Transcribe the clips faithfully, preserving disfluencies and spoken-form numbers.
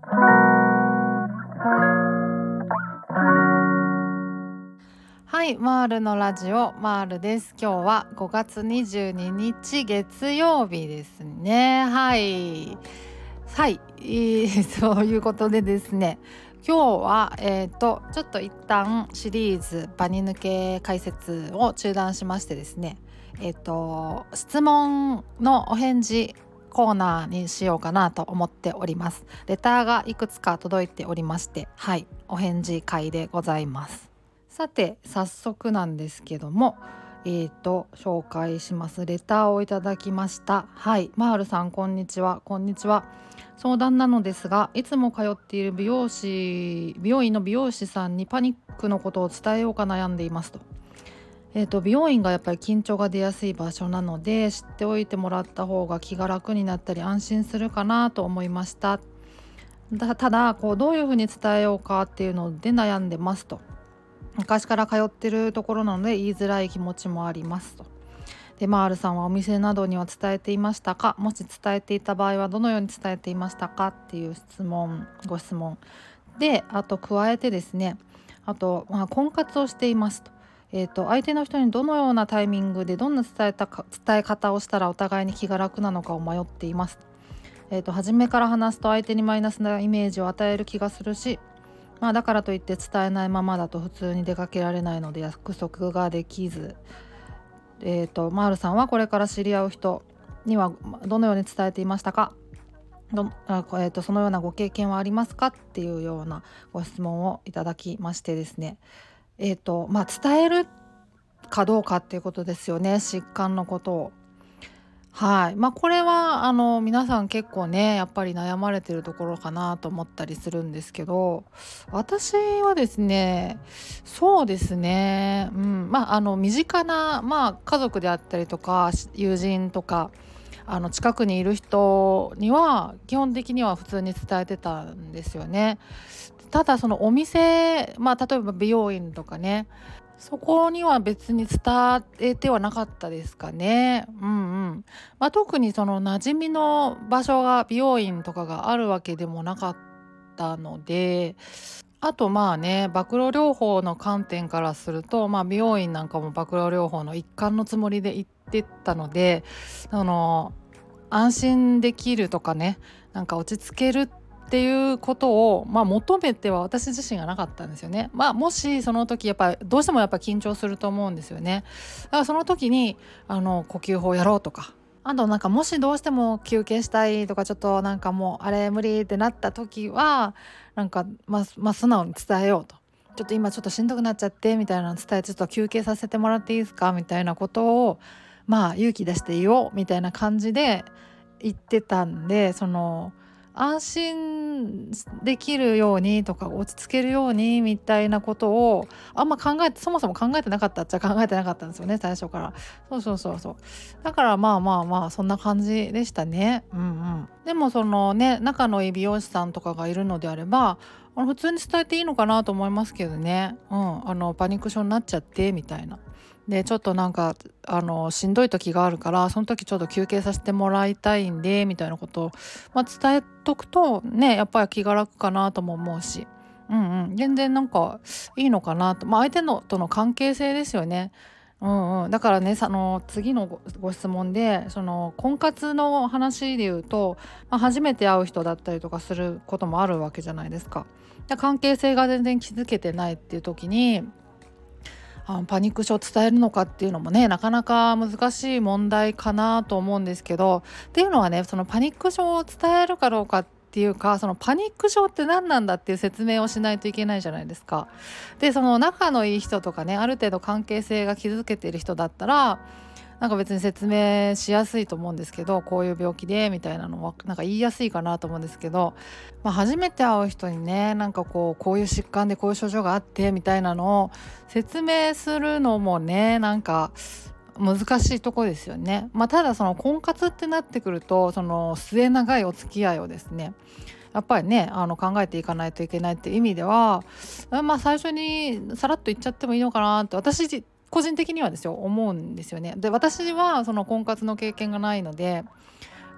はい、マールのラジオマールです。今日はごがつにじゅうににち月曜日ですね。はいはい、えー、そういうことでですね、今日はえーとちょっと一旦シリーズバニ抜け解説を中断しましてですね、えーと質問のお返事コーナーにしようかなと思っております。レターがいくつか届いておりまして、はい、お返事会でございます。さて早速なんですけども、えーと紹介します。レターをいただきました。はい、マールさんこんにちは。こんにちは。相談なのですが、いつも通っている美容師美容院の美容師さんにパニックのことを伝えようか悩んでいますと。えーと美容院がやっぱり緊張が出やすい場所なので、知っておいてもらった方が気が楽になったり安心するかなと思いました。だただこうどういうふうに伝えようかっていうので悩んでますと。昔から通ってるところなので言いづらい気持ちもありますと。でマールさんはお店などには伝えていましたか？もし伝えていた場合はどのように伝えていましたかっていう質問ご質問で、あと加えてですね、あと、まあ、婚活をしていますと。えーと相手の人にどのようなタイミングでどんな伝えたか伝え方をしたらお互いに気が楽なのかを迷っています。えーと初めから話すと相手にマイナスなイメージを与える気がするし、まあ、だからといって伝えないままだと普通に出かけられないので約束ができず、えーと、マールさんはこれから知り合う人にはどのように伝えていましたか？どあ、えーと、そのようなご経験はありますかっていうようなご質問をいただきましてですね、えーとまあ、伝えるかどうかっていうことですよね、疾患のことを。はい、まあこれはあの皆さん結構ねやっぱり悩まれてるところかなと思ったりするんですけど、私はですね、そうですね、うん、まああの身近な、まあ、家族であったりとか友人とかあの近くにいる人には基本的には普通に伝えてたんですよね。ただそのお店、まあ例えば美容院とかね、そこには別に伝えてはなかったですかね。うんうん。まあ、特にその馴染みの場所が美容院とかがあるわけでもなかったので、あとまあね、暴露療法の観点からすると、まあ、美容院なんかも暴露療法の一環のつもりで行ってたので、あの安心できるとかね、なんか落ち着けるっていうことを、まあ、求めては私自身がなかったんですよね。まあ、もしその時やっぱりどうしてもやっぱ緊張すると思うんですよね。だからその時にあの呼吸法やろうとか、あとなんかもしどうしても休憩したいとか、ちょっとなんかもうあれ無理ってなった時はなんか、まあ、まあ素直に伝えようと。ちょっと今ちょっとしんどくなっちゃってみたいなの伝えて、ちょっと休憩させてもらっていいですかみたいなことを、まあ勇気出して言おうみたいな感じで言ってたんで、その安心できるようにとか落ち着けるようにみたいなことをあんま考えてそもそも考えてなかったっちゃ考えてなかったんですよね、最初から。そうそうそうそう。だからまあまあまあそんな感じでしたね。うんうん。でもそのね、仲のいい美容師さんとかがいるのであれば、あの普通に伝えていいのかなと思いますけどね。うん、あのパニック症になっちゃってみたいな。でちょっとなんかあのしんどい時があるから、その時ちょっと休憩させてもらいたいんでみたいなことを、まあ、伝えとくとね、やっぱり気が楽かなとも思うし、うんうん、全然なんかいいのかなと、まあ、相手のとの関係性ですよね。うんうん、だからね、その次の ご, ご質問でその婚活の話で言うと、まあ、初めて会う人だったりとかすることもあるわけじゃないですか。で関係性が全然築けてないっていう時にあパニック症を伝えるのかっていうのもね、なかなか難しい問題かなと思うんですけど、っていうのはね、そのパニック症を伝えるかどうかっていうか、そのパニック症って何なんだっていう説明をしないといけないじゃないですか。でその仲のいい人とかね、ある程度関係性が築けている人だったらなんか別に説明しやすいと思うんですけど、こういう病気でみたいなのはなんか言いやすいかなと思うんですけど、まあ、初めて会う人にね、なんかこうこういう疾患でこういう症状があってみたいなのを説明するのもね、なんか難しいとこですよね。まあ、ただその婚活ってなってくると、その末長いお付き合いをですね、やっぱりねあの考えていかないといけないっていう意味では、まあ最初にさらっと言っちゃってもいいのかなって私個人的にはですよ思うんですよね。で私はその婚活の経験がないので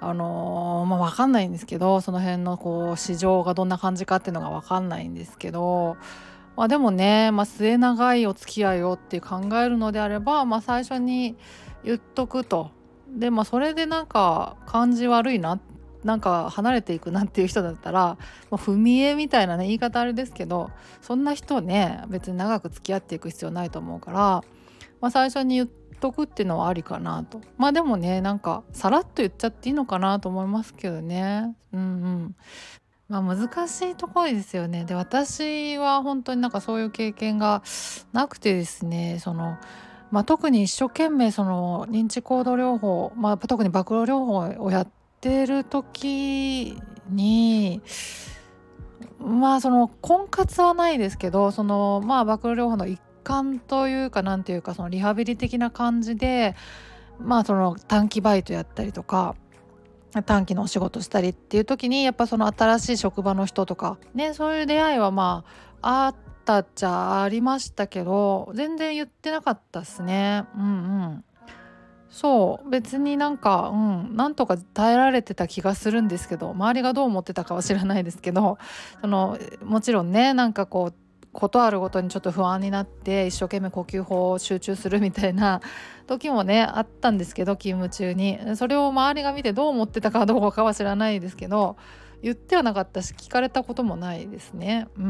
あのー、まあ分かんないんですけど、その辺のこう市場がどんな感じかっていうのが分かんないんですけど、まあ、でもね、まあ、末長いお付き合いをって考えるのであれば、まあ、最初に言っとくと。で、まあ、それでなんか感じ悪いな、なんか離れていくなっていう人だったら、まあ、踏み絵みたいなね言い方あれですけど、そんな人ね別に長く付き合っていく必要ないと思うから、まあ、最初に言っとくっていうのはありかなと。まあでもね、なんかさらっと言っちゃっていいのかなと思いますけどね。うんうん。まあ難しいところですよね。で、私は本当になんかそういう経験がなくてですね、その、まあ、特に一生懸命その認知行動療法、まあ、特に暴露療法をやってる時に、まあその婚活はないですけど、そのまあ暴露療法の一環というか、なんていうか、そのリハビリ的な感じで、まあその短期バイトやったりとか短期のお仕事したりっていう時に、やっぱその新しい職場の人とかね、そういう出会いはまああったっちゃありましたけど、全然言ってなかったっすね。うんうん。そう別になんか、うん、なんとか耐えられてた気がするんですけど、周りがどう思ってたかは知らないですけど、そのもちろんね、なんかこうことあるごとにちょっと不安になって一生懸命呼吸法を集中するみたいな時もねあったんですけど、勤務中にそれを周りが見てどう思ってたかどうかは知らないですけど、言ってはなかったし聞かれたこともないですね。うんうん。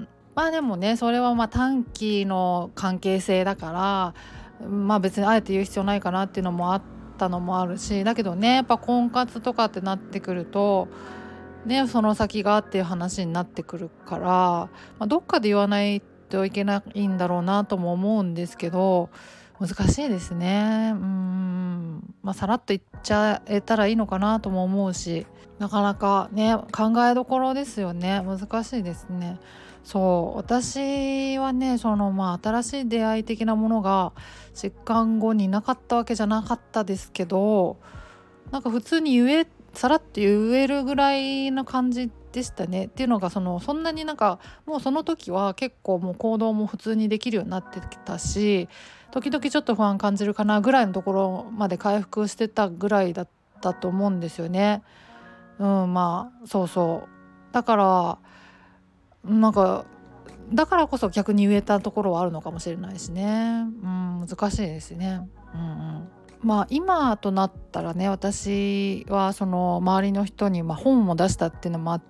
まあでもね、それはまあ短期の関係性だから、まあ別にあえて言う必要ないかなっていうのもあったのもあるし、だけどね、やっぱ婚活とかってなってくるとね、その先がっていう話になってくるから、まあ、どっかで言わないといけないんだろうなとも思うんですけど、難しいですね。うーん、まあ、さらっと言っちゃえたらいいのかなとも思うし、なかなかね考えどころですよね。難しいですね。そう私はね、そのまあ新しい出会い的なものが疾患後になかったわけじゃなかったですけど、なんか普通に言えさらっと言えるぐらいの感じでしたね。っていうのが、そのそんなになんかもうその時は結構もう行動も普通にできるようになってきたし、時々ちょっと不安感じるかなぐらいのところまで回復してたぐらいだったと思うんですよね。うん、まあそうそう。だからなんかだからこそ逆に言えたところはあるのかもしれないしね。うん、難しいですね。うんうん。まあ今となったらね、私はその周りの人にまあ本も出したっていうのもあって、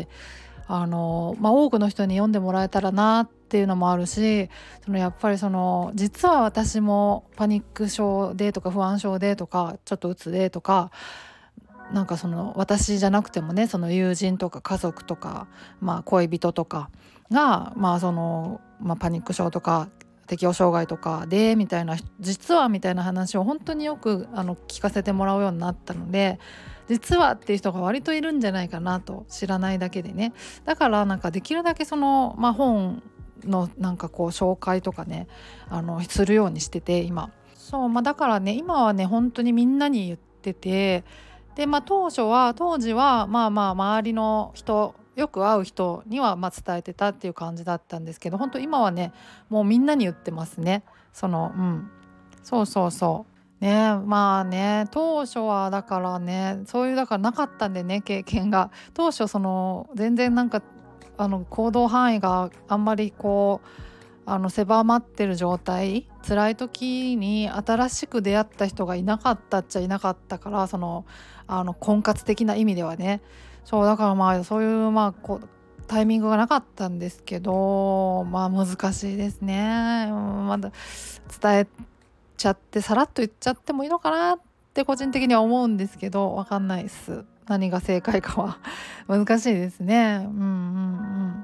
あの、まあ、多くの人に読んでもらえたらなっていうのもあるし、そのやっぱりその実は私もパニック症でとか不安症でとかちょっとうつでとか、なんかその私じゃなくてもね、その友人とか家族とか、まあ、恋人とかが、まあそのまあ、パニック症とか適応障害とかでみたいな、実はみたいな話を本当によくあの聞かせてもらうようになったので、実はっていう人が割といるんじゃないかなと、知らないだけでね。だからなんかできるだけその、まあ、本のなんかこう紹介とかね、あのするようにしてて今。そう、まあ、だからね今はね本当にみんなに言ってて、で、まあ、当初は当時はまあまあ周りの人よく会う人にはまあ伝えてたっていう感じだったんですけど、本当今はねもうみんなに言ってますね。そのうんそうそうそうね。まあね当初はだからね、そういうだからなかったんでね、経験が当初その全然なんかあの行動範囲があんまりこうあの狭まってる状態、辛い時に新しく出会った人がいなかったっちゃいなかったから、そのあの婚活的な意味ではね。そうだからまあそういうまあこうタイミングがなかったんですけど、まあ難しいですね。うん、まだ伝えちゃってさらっと言っちゃってもいいのかなって個人的には思うんですけど、わかんないです。何が正解かは難しいですね。うんうんうん。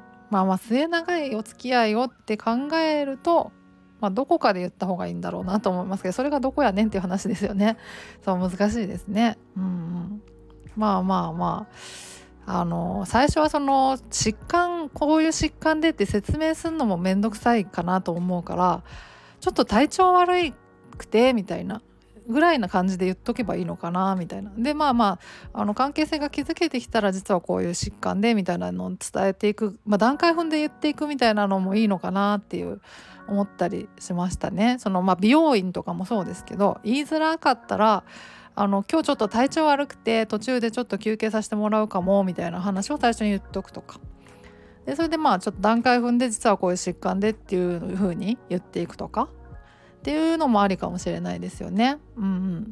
まあまあ末長いお付き合いをって考えると、まあ、どこかで言った方がいいんだろうなと思いますけど、それがどこやねんっていう話ですよね。そう難しいですね。うんうん。まあまあまああの最初はその疾患こういう疾患でって説明するのもめんどくさいかなと思うから、ちょっと体調悪くてみたいなぐらいな感じで言っとけばいいのかなみたいな。でまあまああの関係性が築けてきたら実はこういう疾患でみたいなのを伝えていく、まあ、段階踏んで言っていくみたいなのもいいのかなっていう思ったりしましたね。そのまあ美容院とかもそうですけど、言いづらかったらあの今日ちょっと体調悪くて途中でちょっと休憩させてもらうかもみたいな話を最初に言っとくとかで、それでまあちょっと段階踏んで実はこういう疾患でっていう風に言っていくとかっていうのもありかもしれないですよね。うんうん、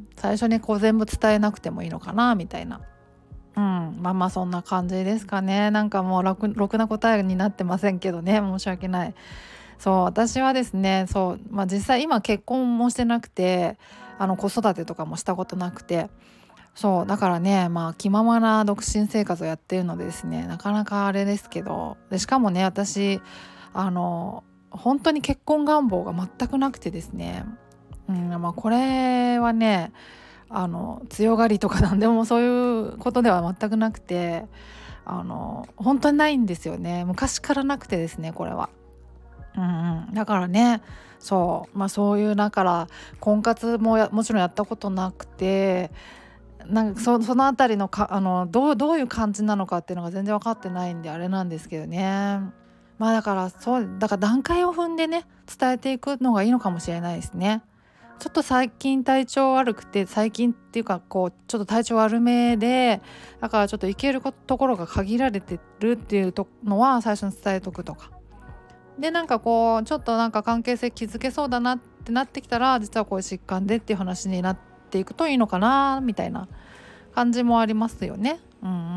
最初にこう全部伝えなくてもいいのかなみたいな。うん、まあまあそんな感じですかね。なんかもうろく、ろくな答えになってませんけどね、申し訳ない。そう私はですね、そう、まあ、実際今結婚もしてなくてあの子育てとかもしたことなくて、そうだからね、まあ気ままな独身生活をやってるのでですね、なかなかあれですけど、でしかもね私あの本当に結婚願望が全くなくてですね、うんまあ、これはねあの強がりとかなんでもそういうことでは全くなくて、あの本当にないんですよね。昔からなくてですねこれは。うんうん、だからねそうまあそういうだから婚活もやもちろんやったことなくて、なんか そ, そのあたりのかあのどうどういう感じなのかっていうのが全然分かってないんであれなんですけどね。まあだからそうだから段階を踏んでね伝えていくのがいいのかもしれないですね。ちょっと最近体調悪くて、最近っていうかこうちょっと体調悪めでだからちょっと行けるところが限られてるっていうのは最初に伝えとくとかで、なんかこうちょっとなんか関係性築けそうだなってなってきたら実はこういう疾患でっていう話になっていくといいのかなみたいな感じもありますよね。うんうんうん、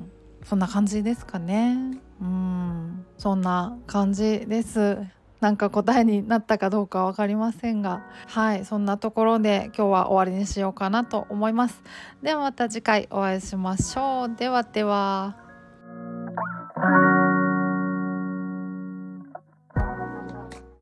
そんな感じですかね。うんそんな感じです。なんか答えになったかどうかわかりませんが、はいそんなところで今日は終わりにしようかなと思います。ではまた次回お会いしましょう。ではでは。